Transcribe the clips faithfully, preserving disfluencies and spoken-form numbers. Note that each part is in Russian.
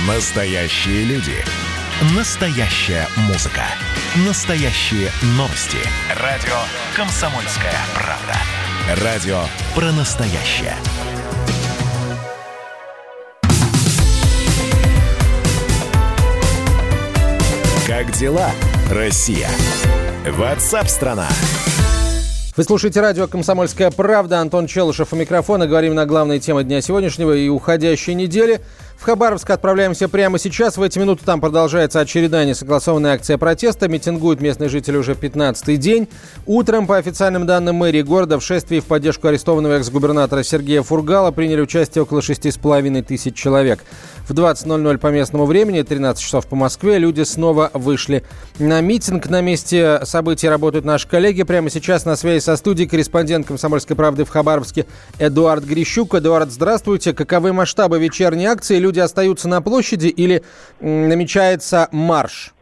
Настоящие люди. Настоящая музыка. Настоящие новости. Радио «Комсомольская правда». Радио про настоящее. Как дела, Россия? Ватсап-страна! Вы слушаете радио «Комсомольская правда». Антон Челышев у микрофона. Говорим на главные темы дня сегодняшнего и уходящей недели. В Хабаровск отправляемся прямо сейчас. В эти минуты там продолжается очередная несогласованная акция протеста. Митингуют местные жители уже пятнадцатый день. Утром, по официальным данным мэрии города, в шествии в поддержку арестованного экс-губернатора Сергея Фургала приняли участие около шести с половиной тысяч человек. В двадцать ноль ноль по местному времени, тринадцать часов по Москве, люди снова вышли на митинг. На месте событий работают наши коллеги. Прямо сейчас на связи со студией корреспондент «Комсомольской правды» в Хабаровске Эдуард Грищук. Эдуард, здравствуйте. Каковы масштабы вечерней акции? Люди остаются на площади или намечается марш?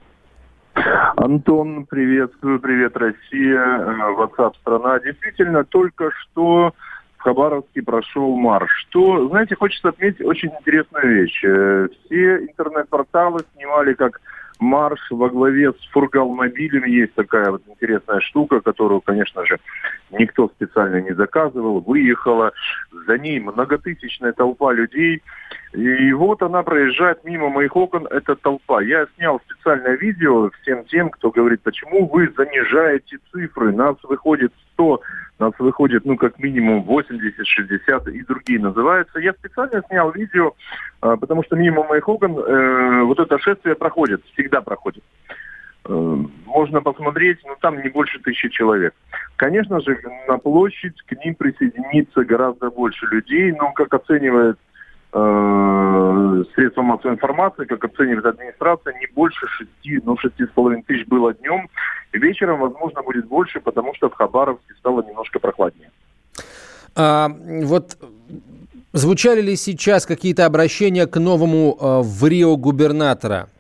Антон, приветствую. Привет, Россия. Ватсап-страна. Действительно, только что в Хабаровске прошел марш. Что, знаете, хочется отметить очень интересную вещь. Все интернет-порталы снимали, как марш во главе с Фургалмобилем. Есть такая вот интересная штука, которую, конечно же, никто специально не заказывал. Выехала. За ней многотысячная толпа людей. И вот она проезжает мимо моих окон, эта толпа. Я снял специальное видео всем тем, кто говорит, почему вы занижаете цифры. Нас выходит сто, нас выходит, ну, как минимум восемьдесят, шестьдесят и другие называются. Я специально снял видео, потому что мимо моих окон э, вот это шествие проходит, всегда проходит. Э, можно посмотреть, но там не больше тысячи человек. Конечно же, на площадь к ним присоединится гораздо больше людей, но, как оценивает средства массовой информации, как оценивает администрация, не больше шести, ну, шести с половиной тысяч было днем. Вечером, возможно, будет больше, потому что в Хабаровске стало немножко прохладнее. А, вот звучали ли сейчас какие-то обращения к новому э, в Рио губернатора?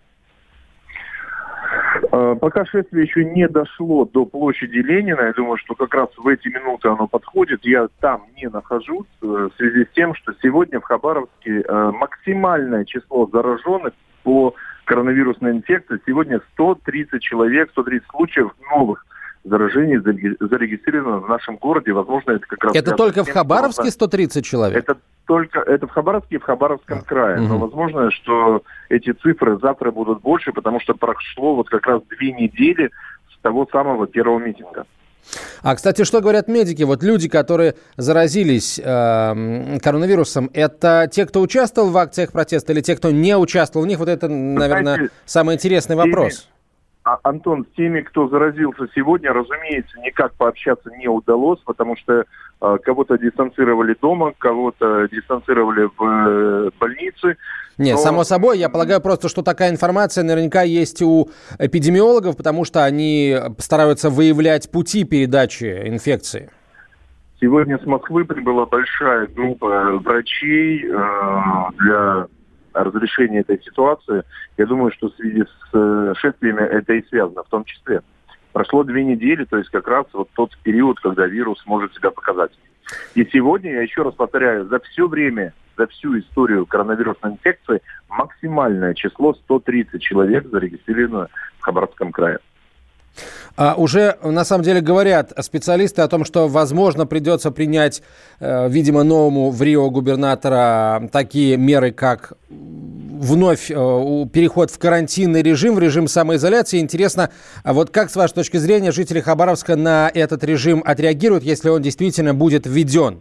Пока шествие еще не дошло до площади Ленина, я думаю, что как раз в эти минуты оно подходит. Я там не нахожусь в связи с тем, что сегодня в Хабаровске максимальное число зараженных по коронавирусной инфекции. Сегодня сто тридцать человек, сто тридцать случаев новых заражений зарегистрировано в нашем городе. Возможно, это как раз... Это только в Хабаровске сто тридцать человек? Это только это в Хабаровске и в Хабаровском крае. Но возможно, что эти цифры завтра будут больше, потому что прошло вот как раз две недели с того самого первого митинга. А, кстати, что говорят медики? Вот люди, которые заразились э, коронавирусом, это те, кто участвовал в акциях протеста или те, кто не участвовал в них? Вот это, наверное, знаете, самый интересный вопрос. Антон, с теми, кто заразился сегодня, разумеется, никак пообщаться не удалось, потому что э, кого-то дистанцировали дома, кого-то дистанцировали в э, больнице. Не, но... само собой, я полагаю просто, что такая информация наверняка есть у эпидемиологов, потому что они стараются выявлять пути передачи инфекции. Сегодня с Москвы прибыла большая группа врачей э, для разрешения этой ситуации. Я думаю, что в связи с э, шествиями это и связано, в том числе. Прошло две недели, то есть как раз вот тот период, когда вирус может себя показать. И сегодня, я еще раз повторяю, за все время, за всю историю коронавирусной инфекции максимальное число сто тридцать человек зарегистрировано в Хабаровском крае. А уже, на самом деле, говорят специалисты о том, что, возможно, придется принять, э, видимо, новому в Рио губернатора такие меры, как вновь э, переход в карантинный режим, в режим самоизоляции. Интересно, а вот как, с вашей точки зрения, жители Хабаровска на этот режим отреагируют, если он действительно будет введен?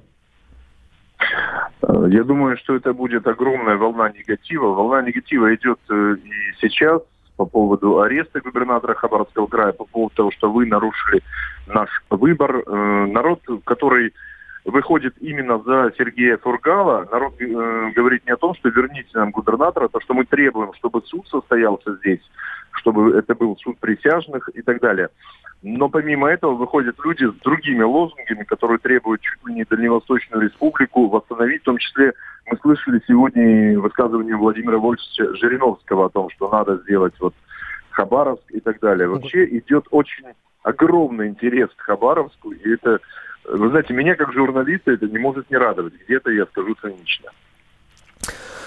Я думаю, что это будет огромная волна негатива. Волна негатива идет и сейчас по поводу ареста губернатора Хабаровского края, по поводу того, что вы нарушили наш выбор. Народ, который выходит именно за Сергея Фургала, народ э, говорит не о том, что верните нам губернатора, а то, что мы требуем, чтобы суд состоялся здесь, чтобы это был суд присяжных и так далее. Но помимо этого выходят люди с другими лозунгами, которые требуют чуть ли не Дальневосточную республику восстановить. В том числе мы слышали сегодня высказывание Владимира Вольфовича Жириновского о том, что надо сделать вот Хабаровск и так далее. Вообще идет очень огромный интерес к Хабаровску, и это, вы знаете, меня как журналиста это не может не радовать. Где-то я скажу цинично.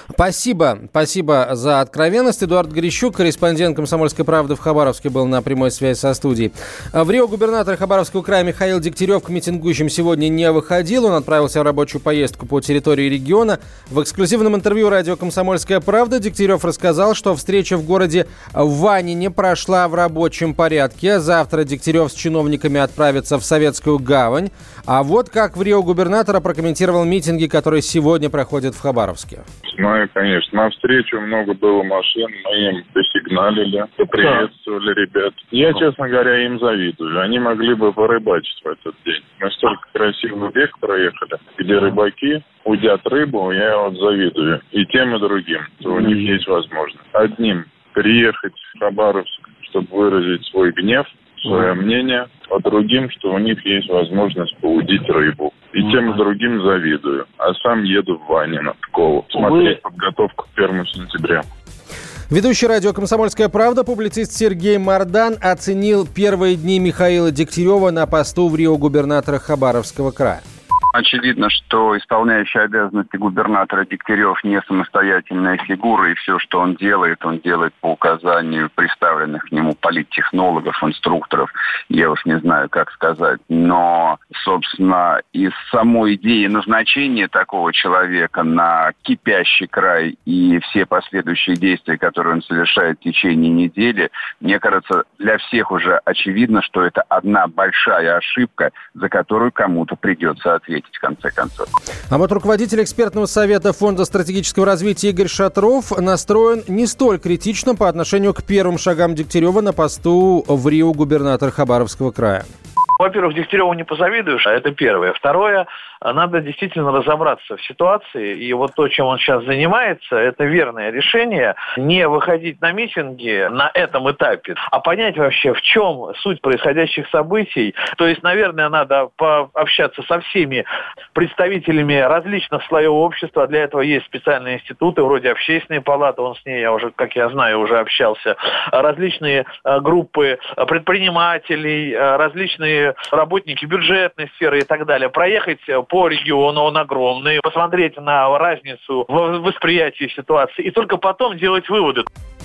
Спасибо, спасибо за откровенность. Эдуард Грищук, корреспондент «Комсомольской правды» в Хабаровске, был на прямой связи со студией. В Рио губернатор Хабаровского края Михаил Дегтярев к митингующим сегодня не выходил. Он отправился в рабочую поездку по территории региона. В эксклюзивном интервью радио «Комсомольская правда» Дегтярев рассказал, что встреча в городе Ванине прошла в рабочем порядке. Завтра Дегтярев с чиновниками отправится в Советскую гавань. А вот как в Рио губернатора прокомментировал митинги, которые сегодня проходят в Хабаровске. Ну и, конечно, навстречу много было машин, мы им посигналили, поприветствовали ребят. Я, честно говоря, им завидую. Они могли бы порыбачить в этот день. Мы столько красивых век проехали, где рыбаки удят рыбу, я вот завидую. И тем, и другим, что у них есть возможность. Одним приехать в Хабаровск, чтобы выразить свой гнев, свое мнение, а другим, что у них есть возможность поудить рыбу. И тем и другим завидую. А сам еду в Ванино, в школу, смотреть подготовку к первому сентября. Ведущий радио «Комсомольская правда», публицист Сергей Мардан оценил первые дни Михаила Дегтярева на посту в Рио губернатора Хабаровского края. Очевидно, что исполняющий обязанности губернатора Дегтярев не самостоятельная фигура, и все, что он делает, он делает по указанию представленных к нему политтехнологов, инструкторов, я уж не знаю, как сказать. Но, собственно, из самой идеи назначения такого человека на кипящий край и все последующие действия, которые он совершает в течение недели, мне кажется, для всех уже очевидно, что это одна большая ошибка, за которую кому-то придется ответить. В конце концов. А вот руководитель экспертного совета Фонда стратегического развития Игорь Шатров настроен не столь критично по отношению к первым шагам Дегтярева на посту в Рио губернатора Хабаровского края. Во-первых, Дегтяреву не позавидуешь, а это первое. Второе, надо действительно разобраться в ситуации, и вот то, чем он сейчас занимается, это верное решение. Не выходить на митинги на этом этапе, а понять вообще, в чем суть происходящих событий. То есть, наверное, надо пообщаться со всеми представителями различных слоев общества. Для этого есть специальные институты, вроде Общественной палаты, он с ней, я уже, как я знаю, уже общался. Различные группы предпринимателей, различные работники бюджетной сферы и так далее. Проехать по региону, он огромный, посмотреть на разницу в восприятии ситуации и только потом делать выводы.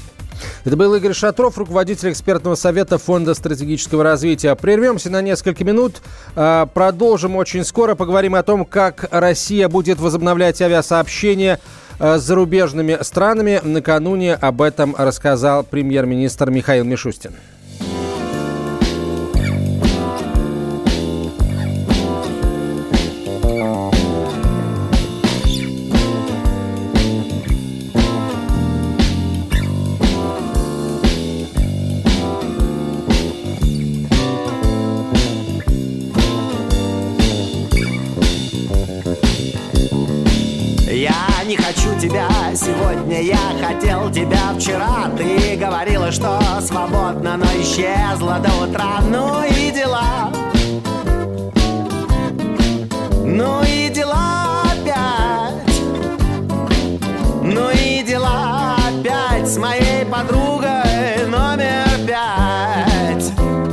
Это был Игорь Шатров, руководитель экспертного совета Фонда стратегического развития. Прервемся на несколько минут, продолжим очень скоро, поговорим о том, как Россия будет возобновлять авиасообщение с зарубежными странами. Накануне об этом рассказал премьер-министр Михаил Мишустин. Не хочу тебя сегодня, я хотел тебя вчера. Ты говорила, что свободна, но исчезла до утра. Ну и дела, ну и дела опять, ну и дела опять с моей подругой номер пять.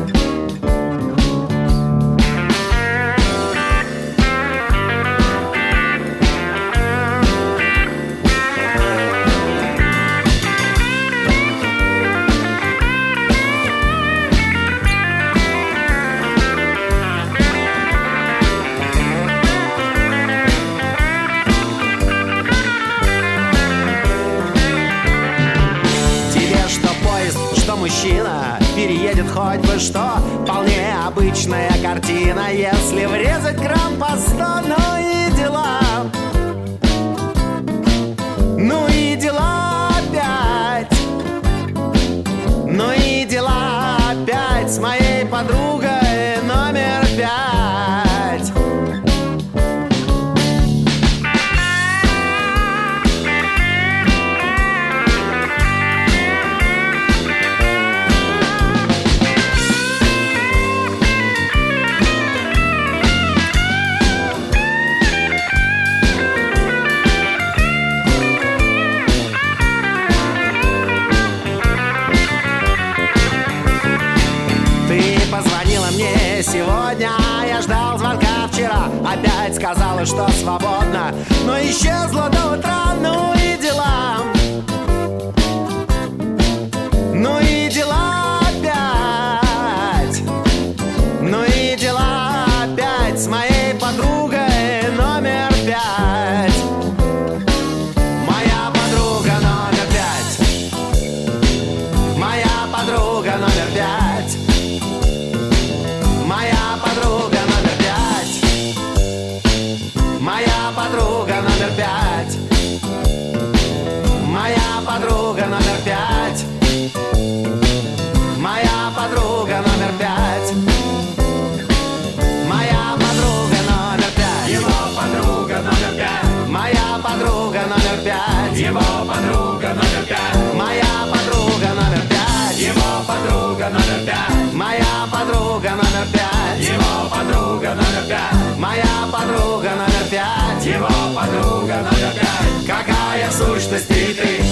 Мужчина переедет хоть бы что, вполне обычная картина. Если врезать грамм по сто, ну и дела, ну и дела опять, ну и дела опять с моей подругой номер пять. Сегодня я ждал звонка вчера. Опять сказала, что свободна, но исчезла до утра. Ну и дела. дела. Ну и дела опять. Ну и дела опять с моей подругой номер пять. Моя подруга номер пять. Моя подруга номер пять. Моя подруга номер пять. Моя подруга номер пять. Моя подруга номер пять. Моя подруга номер пять. Моя подруга номер пять. Его подруга номер пять. Моя подруга номер пять. Его подруга номер пять. Моя подруга номер пять. Его подруга номер пять. Моя подруга номер пять. Его подруга номер пять. Моя подруга номер пять. Его подруга номер пять. Какая в сущности ты?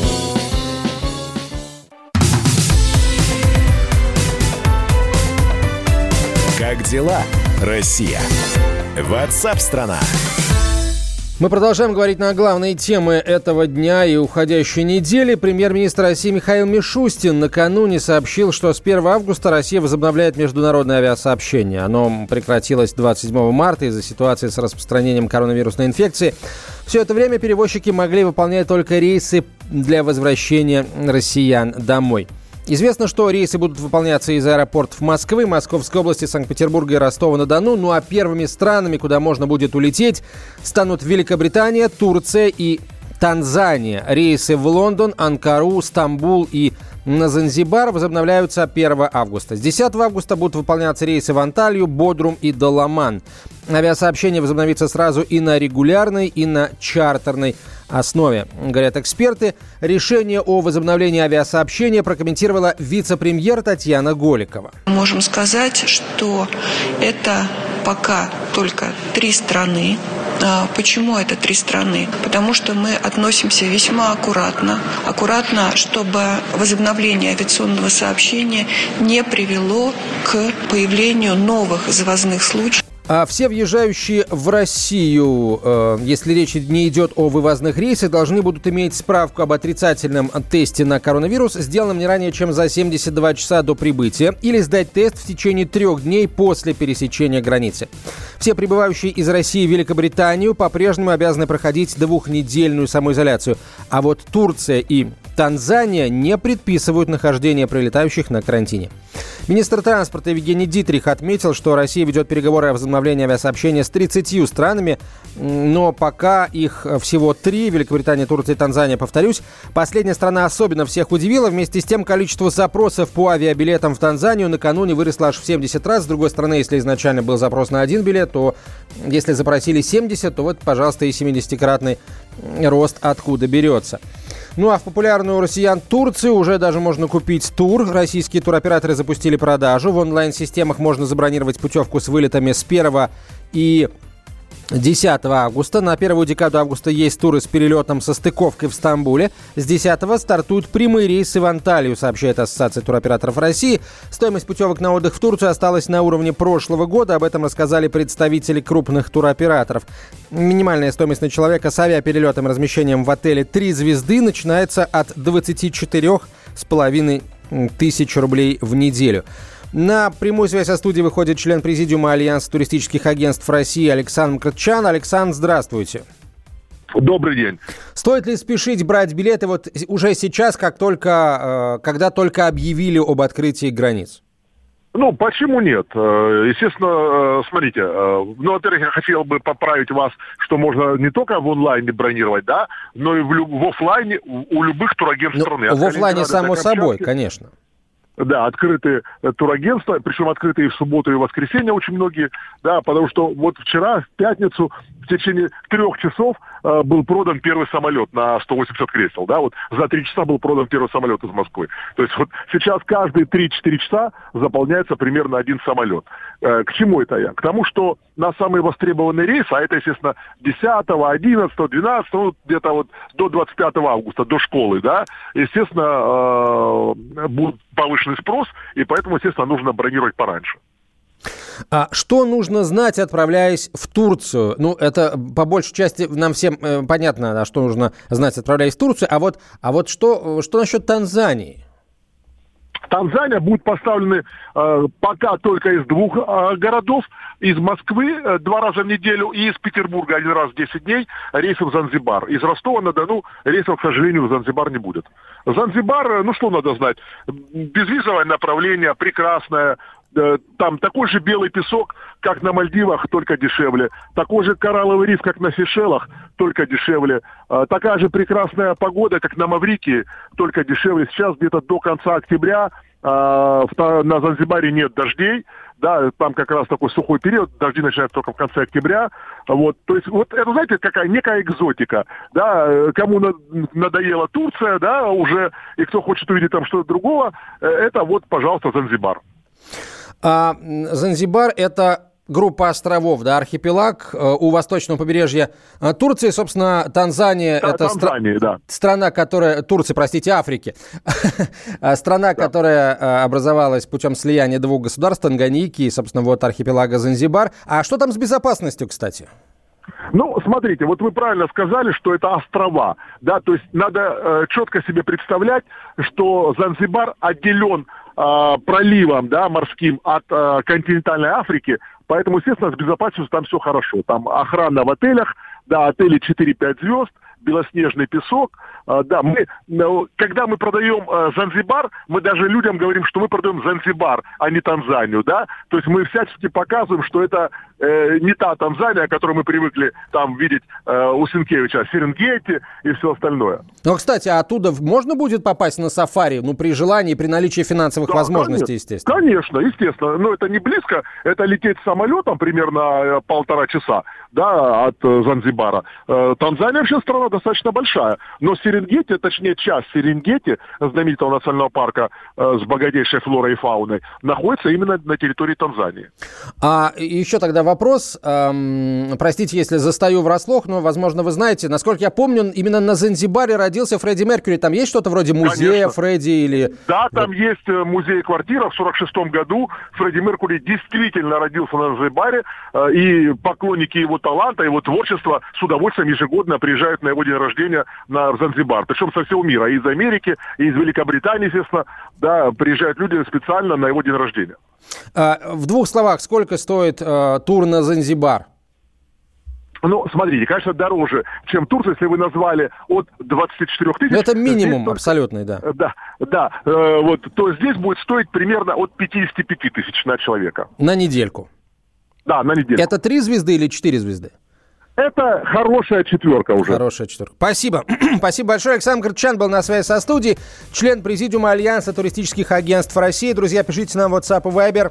Как дела, Россия? Ватсап-страна! Мы продолжаем говорить на главные темы этого дня и уходящей недели. Премьер-министр России Михаил Мишустин накануне сообщил, что с первого августа Россия возобновляет международное авиасообщение. Оно прекратилось двадцать седьмого марта из-за ситуации с распространением коронавирусной инфекции. Все это время перевозчики могли выполнять только рейсы для возвращения россиян домой. Известно, что рейсы будут выполняться из аэропортов Москвы, Московской области, Санкт-Петербурга и Ростова-на-Дону. Ну а первыми странами, куда можно будет улететь, станут Великобритания, Турция и Танзания. Рейсы в Лондон, Анкару, Стамбул и на Занзибар возобновляются первого августа. С десятого августа будут выполняться рейсы в Анталью, Бодрум и Даламан. Авиасообщение возобновится сразу и на регулярной, и на чартерной основе. Говорят эксперты. Решение о возобновлении авиасообщения прокомментировала вице-премьер Татьяна Голикова. Можем сказать, что это пока только три страны. Почему это три страны? Потому что мы относимся весьма аккуратно. Аккуратно, чтобы возобновление авиационного сообщения не привело к появлению новых завозных случаев. А все въезжающие в Россию, э, если речь не идет о вывозных рейсах, должны будут иметь справку об отрицательном тесте на коронавирус, сделанном не ранее, чем за семьдесят два часа до прибытия, или сдать тест в течение трех дней после пересечения границы. Все прибывающие из России в Великобританию по-прежнему обязаны проходить двухнедельную самоизоляцию. А вот Турция и Танзания не предписывают нахождение прилетающих на карантине. Министр транспорта Евгений Дитрих отметил, что Россия ведет переговоры о возобновлении авиасообщения с тридцатью странами, но пока их всего три – Великобритания, Турция и Танзания, повторюсь. Последняя страна особенно всех удивила. Вместе с тем, количество запросов по авиабилетам в Танзанию накануне выросло аж в семьдесят раз. С другой стороны, если изначально был запрос на один билет, то если запросили семьдесят, то вот, пожалуйста, и семидесятикратный рост откуда берется. Ну а в популярную у россиян Турцию уже даже можно купить тур. Российские туроператоры запустили продажу. В онлайн-системах можно забронировать путевку с вылетами с первого и десятого августа. На первую декаду августа есть туры с перелетом со стыковкой в Стамбуле. С десятого стартуют прямые рейсы в Анталию, сообщает Ассоциация туроператоров России. Стоимость путевок на отдых в Турцию осталась на уровне прошлого года. Об этом рассказали представители крупных туроператоров. Минимальная стоимость на человека с авиаперелетом и размещением в отеле три звезды начинается от двадцать четыре с половиной тысяч рублей в неделю. На прямую связь со студией выходит член президиума Альянса туристических агентств России Александр Мкртчян. Александр, здравствуйте. Добрый день. Стоит ли спешить брать билеты вот уже сейчас, как только, когда только объявили об открытии границ? Ну, почему нет? Естественно, смотрите, ну, во-первых, я хотел бы поправить вас, что можно не только в онлайне бронировать, да, но и в, в офлайне у любых турагентств ну, страны. В офлайне, само собой, конечно. Да, открытые турагентства, причем открытые в субботу и в воскресенье очень многие, да, потому что вот вчера, в пятницу, в течение трех часов э, был продан первый самолет на сто восемьдесят кресел, да, вот за три часа был продан первый самолет из Москвы. То есть вот сейчас каждые три-четыре часа заполняется примерно один самолет. Э, к чему это я? К тому, что на самые востребованные рейсы, а это, естественно, десятого, одиннадцатого, двенадцатого, ну, где-то вот до двадцать пятого августа, до школы, да, естественно, э, будет повышенный спрос, и поэтому, естественно, нужно бронировать пораньше. А что нужно знать, отправляясь в Турцию? Ну, это по большей части нам всем э, понятно, да, что нужно знать, отправляясь в Турцию. А вот, а вот что, что насчет Танзании? Танзания будет поставлены э, пока только из двух э, городов. Из Москвы э, два раза в неделю и из Петербурга один раз в десять дней рейсов в Занзибар. Из Ростова-на-Дону рейсов, к сожалению, в Занзибар не будет. Занзибар, ну что надо знать, безвизовое направление, прекрасное. Там такой же белый песок, как на Мальдивах, только дешевле. Такой же коралловый риф, как на Сейшелах, только дешевле. Такая же прекрасная погода, как на Маврикии, только дешевле. Сейчас где-то до конца октября на Занзибаре нет дождей. Да, там как раз такой сухой период, дожди начинаются только в конце октября. Вот, то есть, вот это, знаете, какая некая экзотика. Да, кому надоела Турция, да, уже, и кто хочет увидеть там что-то другого, это вот, пожалуйста, Занзибар. А, Занзибар – это группа островов, да, архипелаг э, у восточного побережья э, Турции. Собственно, Танзания да, – это Танзания, стра- да. страна, которая… Турция, простите, Африки. Страна, да. которая э, образовалась путем слияния двух государств, Танганьики и, собственно, вот архипелага Занзибар. А что там с безопасностью, кстати? Ну, смотрите, вот вы правильно сказали, что это острова, да, то есть надо э, четко себе представлять, что Занзибар отделен э, проливом, да, морским от э, континентальной Африки, поэтому, естественно, с безопасностью там все хорошо. Там охрана в отелях, да, отели четыре-пять звезд, белоснежный песок. Да, мы, когда мы продаем Занзибар, мы даже людям говорим, что мы продаем Занзибар, а не Танзанию, да. То есть мы всячески показываем, что это э, не та Танзания, которую мы привыкли там видеть э, у Сенкевича, Серенгети и все остальное. Ну, кстати, а оттуда можно будет попасть на сафари, ну, при желании, при наличии финансовых да, возможностей, конечно, естественно? Конечно, естественно. Но это не близко, это лететь самолетом примерно полтора часа, да, от Занзибара. Танзания вообще страна достаточно большая, но Серенгети, точнее часть Серенгети, знаменитого национального парка э, с богатейшей флорой и фауной, находится именно на территории Танзании. А еще тогда вопрос, эм, простите, если застаю врасплох, но, возможно, вы знаете, насколько я помню, именно на Занзибаре родился Фредди Меркьюри. Там есть что-то вроде музея Конечно. Фредди или... Да, там вот. Есть музей-квартира. В сорок шестом году Фредди Меркьюри действительно родился на Занзибаре, э, и поклонники его таланта, его творчества с удовольствием ежегодно приезжают на его день рождения на Занзибар. Причем со всего мира. И из Америки, и из Великобритании, естественно, да, приезжают люди специально на его день рождения. А, в двух словах, сколько стоит а, тур на Занзибар? Ну, смотрите, конечно, дороже, чем Турция, если вы назвали от двадцати четырёх тысяч. Это минимум здесь, абсолютный, да. Да, да. Э, вот, то здесь будет стоить примерно от пятидесяти пяти тысяч на человека. На недельку? Да, на недельку. Это три звезды или четыре звезды? Это хорошая четверка уже. Хорошая четверка. Спасибо. Спасибо большое. Александр Горчан был на связи со студией, член президиума Альянса туристических агентств России. Друзья, пишите нам в WhatsApp и Viber,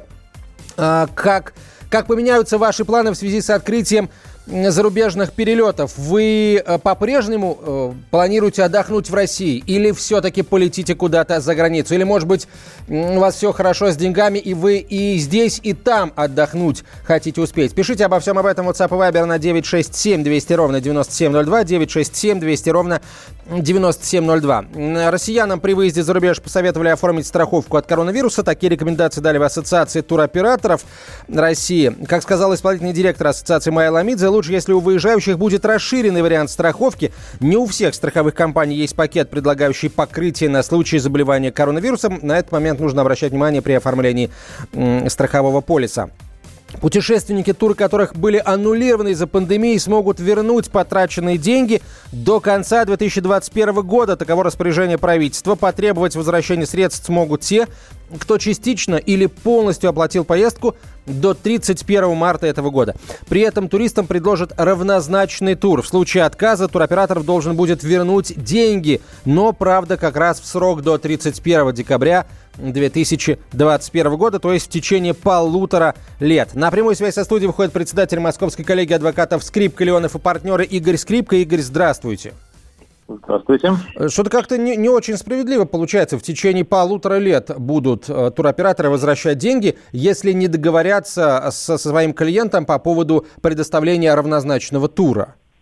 а, как, как поменяются ваши планы в связи с открытием зарубежных перелетов. Вы по-прежнему э, планируете отдохнуть в России или все-таки полетите куда-то за границу? Или, может быть, у вас все хорошо с деньгами, и вы и здесь, и там отдохнуть хотите успеть? Пишите обо всем об этом в WhatsApp и Viber на девять шесть семь двести ровно девяносто семь ноль два, девять шесть семь двести ровно девяносто семь ноль два. Россиянам при выезде за рубеж посоветовали оформить страховку от коронавируса. Такие рекомендации дали в Ассоциации туроператоров России. Как сказал исполнительный директор Ассоциации Майя Ламидзе, лучше, если у выезжающих будет расширенный вариант страховки. Не у всех страховых компаний есть пакет, предлагающий покрытие на случай заболевания коронавирусом. На этот момент нужно обращать внимание при оформлении м, страхового полиса. Путешественники, туры которых были аннулированы из-за пандемии, смогут вернуть потраченные деньги до конца две тысячи двадцать первого года. Таково распоряжение правительства. Потребовать возвращения средств смогут те, кто частично или полностью оплатил поездку до тридцать первого марта этого года. При этом туристам предложат равнозначный тур. В случае отказа туроператор должен будет вернуть деньги, но, правда, как раз в срок до тридцать первого декабря две тысячи двадцать первого года, то есть в течение полутора лет. На прямую связь со студией выходит председатель Московской коллегии адвокатов Скрипка, Леонов и партнеры Игорь Скрипка. Игорь, здравствуйте. Здравствуйте. Что-то как-то не, не очень справедливо получается. В течение полутора лет будут э, туроператоры возвращать деньги, если не договорятся со, со своим клиентом по поводу предоставления равнозначного тура.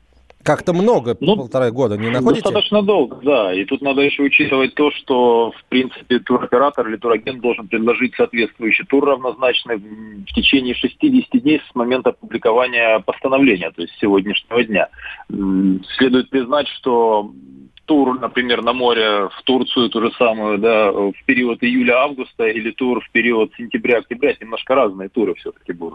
Как-то много, ну, полтора года, не находите? Достаточно долго, да. И тут надо еще учитывать то, что, в принципе, туроператор или турагент должен предложить соответствующий тур равнозначный в течение шестидесяти дней с момента опубликования постановления, то есть сегодняшнего дня. Следует признать, что тур, например, на море в Турцию, ту же самую, да, в период июля-августа или тур в период сентября-октября, немножко разные туры все-таки будут.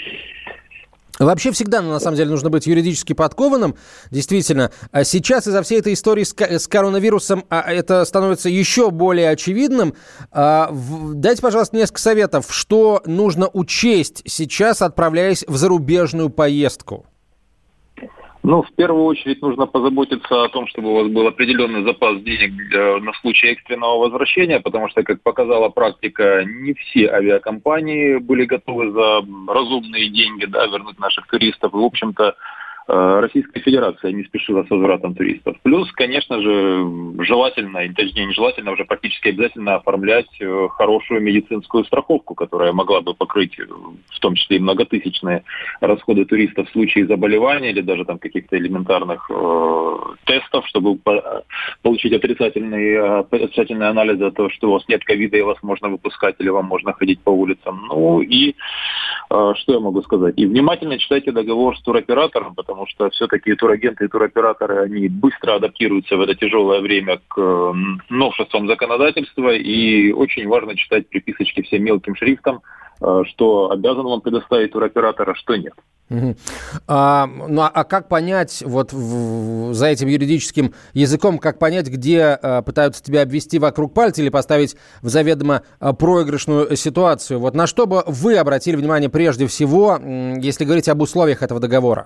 Вообще всегда, на самом деле, нужно быть юридически подкованным, действительно. А сейчас из-за всей этой истории с, с коронавирусом а, это становится еще более очевидным. А, в, дайте, пожалуйста, несколько советов, что нужно учесть сейчас, отправляясь в зарубежную поездку. Ну, в первую очередь нужно позаботиться о том, чтобы у вас был определенный запас денег для, на случай экстренного возвращения, потому что, как показала практика, не все авиакомпании были готовы за разумные деньги, да, вернуть наших туристов. И, в общем-то, Российская Федерация не спешила с возвратом туристов. Плюс, конечно же, желательно, и точнее не желательно, уже практически обязательно оформлять хорошую медицинскую страховку, которая могла бы покрыть в том числе и многотысячные расходы туристов в случае заболевания или даже там каких-то элементарных э, тестов, чтобы по- получить отрицательный, отрицательный анализ за то, что у вас нет ковида и вас можно выпускать или вам можно ходить по улицам. Ну и э, что я могу сказать? И внимательно читайте договор с туроператором, потому потому что все-таки турагенты и туроператоры, они быстро адаптируются в это тяжелое время к новшествам законодательства, и очень важно читать приписочки всем мелким шрифтом, что обязан вам предоставить туроператор, а что нет. Угу. А, ну а как понять, вот в, за этим юридическим языком, как понять, где а, пытаются тебя обвести вокруг пальца или поставить в заведомо а, проигрышную ситуацию? Вот на что бы вы обратили внимание прежде всего, если говорить об условиях этого договора?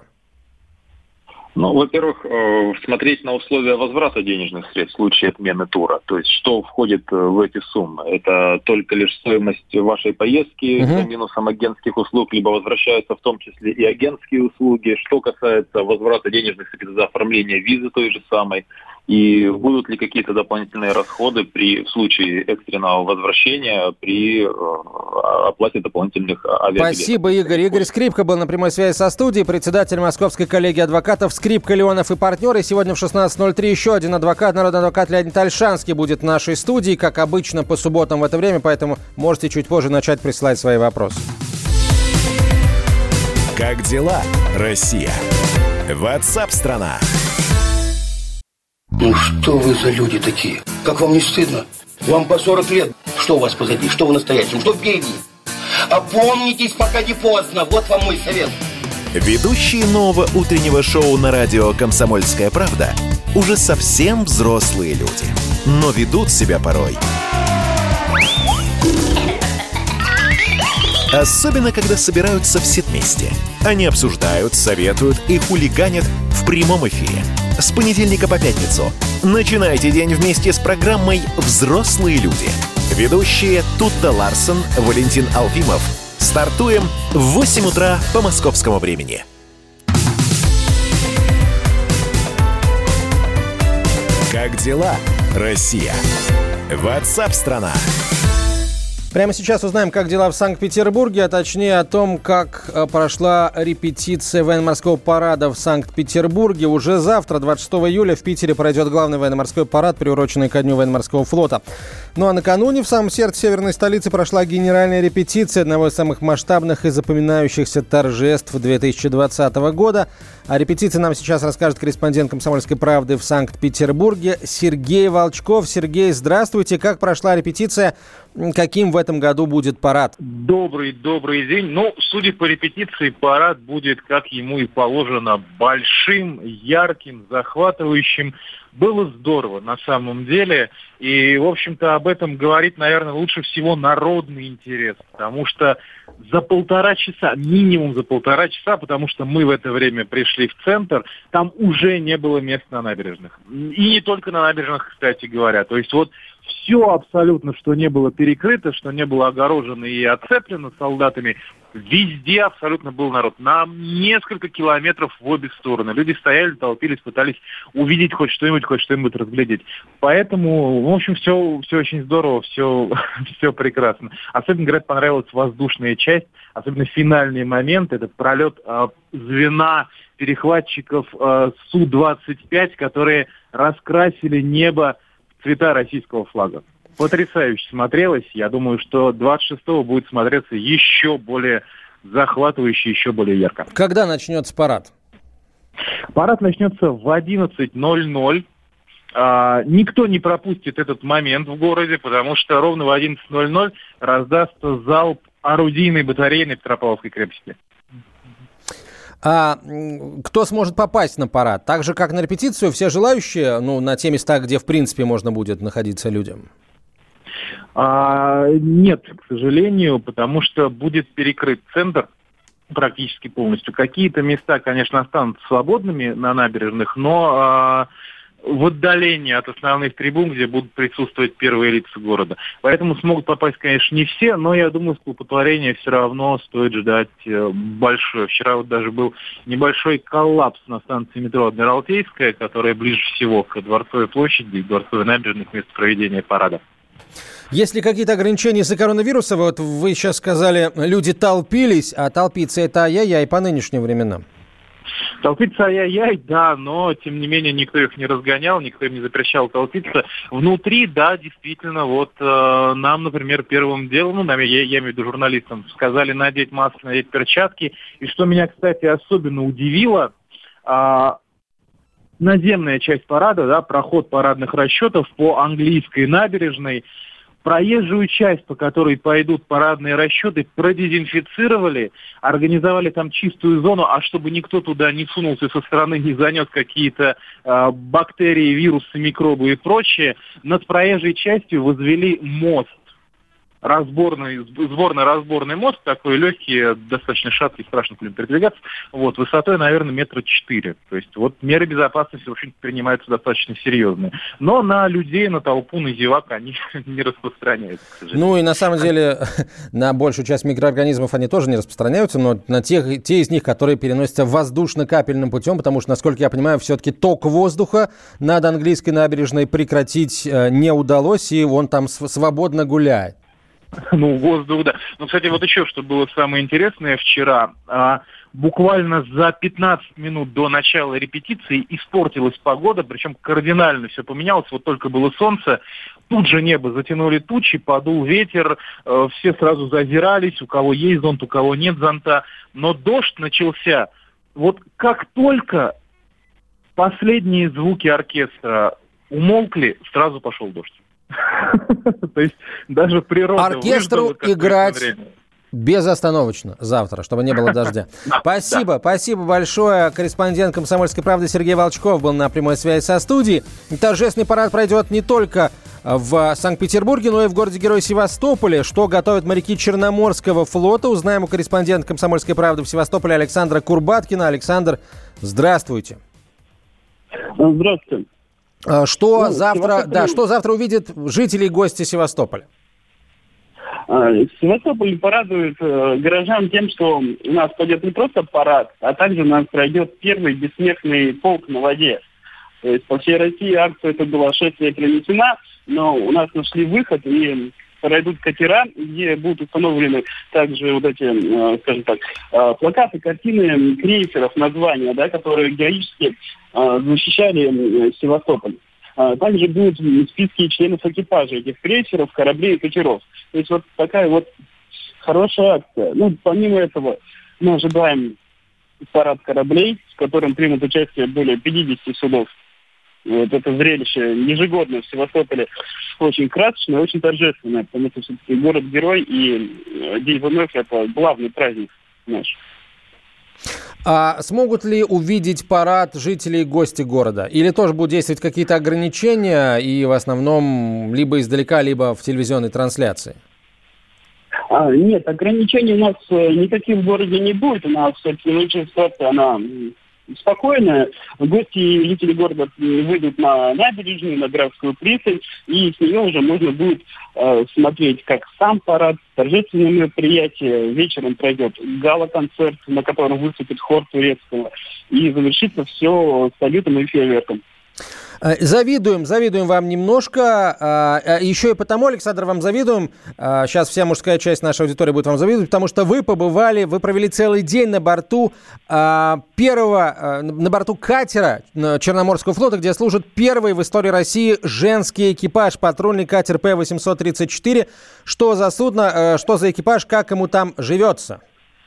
Ну, во-первых, смотреть на условия возврата денежных средств в случае отмены тура. То есть, что входит в эти суммы? Это только лишь стоимость вашей поездки uh-huh. за минусом агентских услуг, либо возвращаются в том числе и агентские услуги. Что касается возврата денежных средств за оформление визы той же самой. И будут ли какие-то дополнительные расходы при в случае экстренного возвращения при э, оплате дополнительных авиабилетов? Спасибо, Игорь. Игорь Скрипка был на прямой связи со студией, председатель Московской коллегии адвокатов Скрипка, Леонов и партнеры. Сегодня в шестнадцать ноль три еще один адвокат, народный адвокат Леонид Ольшанский будет в нашей студии, как обычно, по субботам в это время, поэтому можете чуть позже начать присылать свои вопросы. Как дела, Россия? WhatsApp-страна. Ну что вы за люди такие? Как вам не стыдно? Вам по сорок лет. Что у вас позади? Что в настоящем? Что впереди? Опомнитесь, пока не поздно. Вот вам мой совет. Ведущие нового утреннего шоу на радио «Комсомольская правда» уже совсем взрослые люди, но ведут себя порой. Особенно, когда собираются все вместе. Они обсуждают, советуют и хулиганят в прямом эфире. С понедельника по пятницу начинайте день вместе с программой «Взрослые люди». Ведущие Тутта Ларсон, Валентин Алфимов. Стартуем в восемь утра по московскому времени. Как дела, Россия? WhatsApp-страна. Прямо сейчас узнаем, как дела в Санкт-Петербурге, а точнее о том, как прошла репетиция военно-морского парада в Санкт-Петербурге. Уже завтра, двадцать шестого июля, в Питере пройдет главный военно-морской парад, приуроченный ко Дню военно-морского флота. Ну а накануне в самом сердце северной столицы прошла генеральная репетиция одного из самых масштабных и запоминающихся торжеств две тысячи двадцатого года. О репетиции нам сейчас расскажет корреспондент «Комсомольской правды» в Санкт-Петербурге Сергей Волчков. Сергей, здравствуйте. Как прошла репетиция? Каким в этом году будет парад? Добрый, добрый день. Ну, судя по репетиции, парад будет, как ему и положено, большим, ярким, захватывающим. Было здорово на самом деле. И, в общем-то, об этом говорит, наверное, лучше всего народный интерес. Потому что за полтора часа, минимум за полтора часа, потому что мы в это время пришли в центр, там уже не было мест на набережных. И не только на набережных, кстати говоря. То есть вот все абсолютно, что не было перекрыто, что не было огорожено и оцеплено солдатами, Везде абсолютно был народ. На несколько километров в обе стороны. Люди стояли, толпились, пытались увидеть хоть что-нибудь, хоть что-нибудь разглядеть. Поэтому, в общем, все, все очень здорово, все, все прекрасно. Особенно, говорят, понравилась воздушная часть, особенно финальный момент, этот пролет э, звена перехватчиков э, Су двадцать пять, которые раскрасили небо в цвета российского флага. Потрясающе смотрелось. Я думаю, что двадцать шестого будет смотреться еще более захватывающе, еще более ярко. Когда начнется парад? Парад начнется в одиннадцать ноль ноль. А, никто не пропустит этот момент в городе, потому что ровно в одиннадцать ноль ноль раздастся залп орудийной батареи на Петропавловской крепости. А кто сможет попасть на парад? Так же, как на репетицию, все желающие, ну, на те места, где, в принципе, можно будет находиться людям? А, нет, к сожалению, потому что будет перекрыт центр практически полностью. Какие-то места, конечно, останутся свободными на набережных, но а, в отдалении от основных трибун, где будут присутствовать первые лица города. Поэтому смогут попасть, конечно, не все, но я думаю, столпотворение все равно стоит ждать большое. Вчера вот даже был небольшой коллапс на станции метро Адмиралтейская, которая ближе всего к Дворцовой площади, к Дворцовой набережной, к месту проведения парада. Есть ли какие-то ограничения из-за коронавируса? Вот вы сейчас сказали, люди толпились, а толпиться это ай-яй-яй по нынешним временам. Толпиться ай-яй-яй, да, но, тем не менее, никто их не разгонял, никто им не запрещал толпиться. Внутри, да, действительно, вот э, нам, например, первым делом, ну, нам, я, я имею в виду журналистам, сказали надеть маски, надеть перчатки. И что меня, кстати, особенно удивило, э, наземная часть парада, да, проход парадных расчетов по английской набережной, проезжую часть, по которой пойдут парадные расчеты, продезинфицировали, организовали там чистую зону, а чтобы никто туда не сунулся со стороны, не занес какие-то э, бактерии, вирусы, микробы и прочее, над проезжей частью возвели мост. Разборный, сборно-разборный мост, такой легкий, достаточно шаткий, страшно к ним передвигаться, вот, высотой, наверное, метра четыре. То есть вот меры безопасности, в общем-то, принимаются достаточно серьезные. Но на людей, на толпу, на зевак они не распространяются, к сожалению. Ну и на самом деле на большую часть микроорганизмов они тоже не распространяются, но на тех, те из них, которые переносятся воздушно-капельным путем, потому что, насколько я понимаю, все-таки ток воздуха над английской набережной прекратить не удалось, и он там свободно гуляет. Ну, воздух, да. Ну, кстати, вот еще что было самое интересное вчера. А, буквально за пятнадцать минут до начала репетиции испортилась погода, причем кардинально все поменялось. Вот только было солнце, тут же небо затянули тучи, подул ветер, э, все сразу зазирались, у кого есть зонт, у кого нет зонта. Но дождь начался. Вот как только последние звуки оркестра умолкли, сразу пошел дождь. То есть даже природа оркестру играть безостановочно завтра, чтобы не было дождя. Спасибо, спасибо большое. Корреспондент «Комсомольской правды» Сергей Волчков был на прямой связи со студией. Торжественный парад пройдет не только в Санкт-Петербурге, но и в городе-герой Севастополе. Что готовят моряки Черноморского флота, узнаем у корреспондента «Комсомольской правды» в Севастополе Александра Курбаткина. Александр, здравствуйте. Здравствуйте. Что, ну, завтра, Севастополь... да, что завтра увидят жители и гости Севастополя? Севастополь порадует горожан тем, что у нас пойдет не просто парад, а также у нас пройдет первый бессмертный полк на воде. То есть по всей России акция эта была шествие перенесена, но у нас нашли выход и пройдут катера, где будут установлены также вот эти, скажем так, плакаты, картины крейсеров, названия, да, которые героически защищали Севастополь. Также будут списки членов экипажа этих крейсеров, кораблей и катеров. То есть вот такая вот хорошая акция. Ну, помимо этого, мы ожидаем парад кораблей, в котором примут участие более пятьдесят судов. Вот это зрелище ежегодно в Севастополе очень красочное, очень торжественное, потому что все-таки город-герой и День вновь — это главный праздник наш. А смогут ли увидеть парад жители и гости города? Или тоже будут действовать какие-то ограничения и в основном либо издалека, либо в телевизионной трансляции? А, нет, ограничений у нас никаких в городе не будет. У нас эпидемиологическая ситуация, она спокойно. Гости и жители города выйдут на набережную, на Графскую пристань, и с нее уже можно будет э, смотреть как сам парад, торжественное мероприятие. Вечером пройдет гала-концерт, на котором выступит хор турецкого, и завершится все салютом и фейерверком. Завидуем, завидуем вам немножко. Еще и потому, Александр, вам завидуем. Сейчас вся мужская часть нашей аудитории будет вам завидовать, потому что вы побывали, вы провели целый день на борту первого, на борту катера Черноморского флота, где служит первый в истории России женский экипаж, патрульный катер П восемьсот тридцать четыре. Что за судно, что за экипаж, как ему там живется?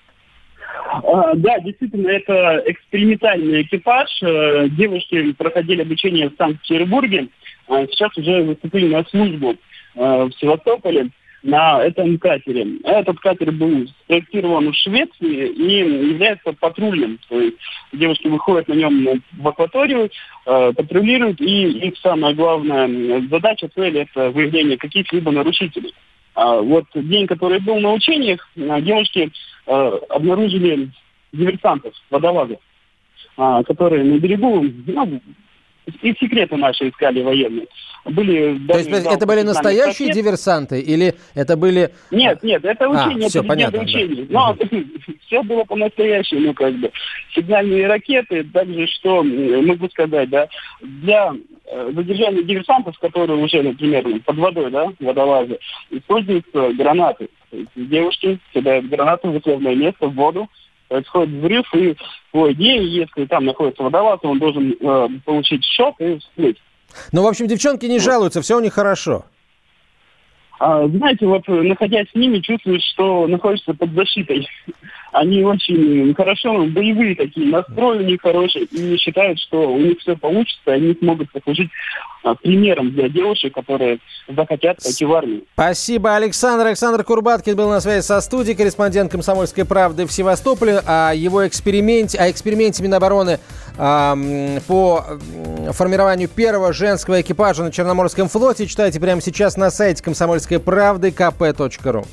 Uh, да, действительно, это экспериментальный экипаж. Uh, девушки проходили обучение в Санкт-Петербурге, uh, сейчас уже выступили на службу uh, в Севастополе на этом катере. Этот катер был спроектирован в Швеции и является патрульным. То есть девушки выходят на нем в акваторию, uh, патрулируют, и их самая главная задача, цель – это выявление каких-либо нарушителей. А вот день, который был на учениях, девушки э, обнаружили диверсантов, водолазов, э, которые на берегу, ну, и секреты наши искали военные. Были То есть это были настоящие ракет. Диверсанты или это были... Нет, нет, это учение, а, все, это понятно, учений. Да. Но все было по-настоящему, как бы. Сигнальные ракеты, также, что могу сказать, да, для задержания диверсантов, которые уже, например, под водой, да, водолазы, используются гранаты. То есть девушки кидают гранату в условное место, в воду, происходит взрыв, и по идее, если там находится водолаз, он должен э, получить шок и всплыть. Ну, в общем, девчонки не жалуются, все у них хорошо. А, знаете, вот находясь с ними, чувствуешь, что находишься под защитой. Они очень хорошо, боевые такие, настрой у них хороший, и считают, что у них все получится, и они смогут послужить а, примером для девушек, которые захотят пойти в армию. Спасибо, Александр. Александр Курбаткин был на связи со студией, корреспондент «Комсомольской правды» в Севастополе. О его эксперименте, о эксперименте Минобороны э, по формированию первого женского экипажа на Черноморском флоте читайте прямо сейчас на сайте «Комсомольской правды» ка пэ точка ру.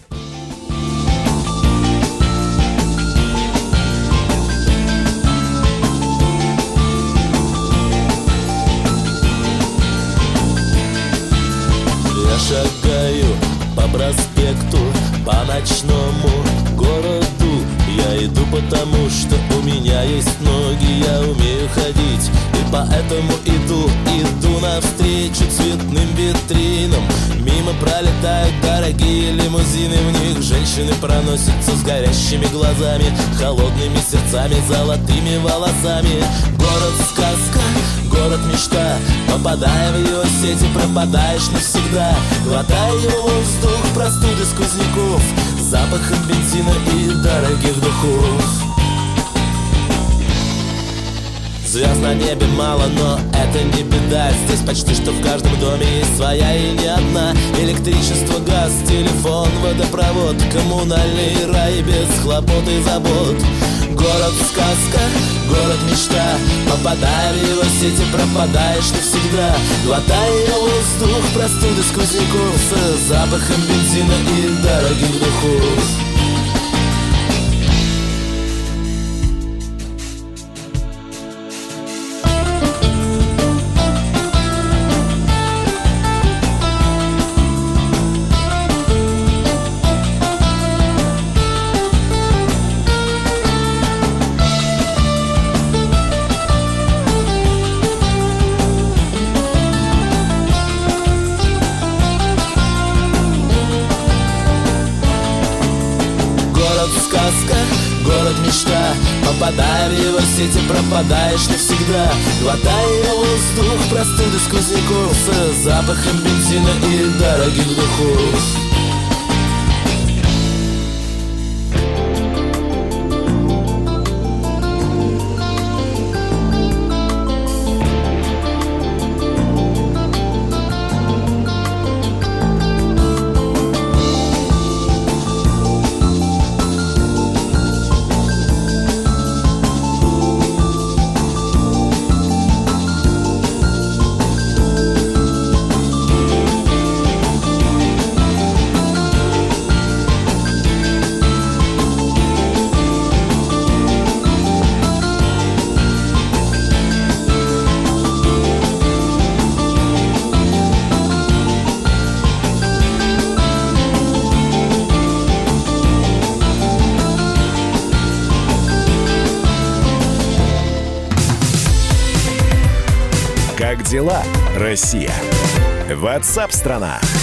Шагаю по проспекту, по ночному городу. Я иду потому, что у меня есть ноги, я умею ходить, и поэтому иду, иду навстречу цветным витринам. Мимо пролетают дорогие лимузины, в них женщины проносятся с горящими глазами, холодными сердцами, золотыми волосами. Город-сказка, город-мечта, попадая в его сети, пропадаешь навсегда. Глотая его воздух, простуды сквозняков, запахом бензина и дорогих духов. Звезд на небе мало, но это не беда. Здесь почти что в каждом доме есть своя и не одна. Электричество, газ, телефон, водопровод, коммунальный рай без хлопот и забот. Город-сказка, город-мечта, попадая в его сети, пропадаешь навсегда. Глотая воздух, простуды сквозняков, с запахом бензина и дорогих духов. Город-мечта, попадая в его сети, пропадаешь навсегда. Глотая воздух, простуды сквозняков, с запахом бензина и дорогих духов. Как дела, Россия? WhatsApp-страна!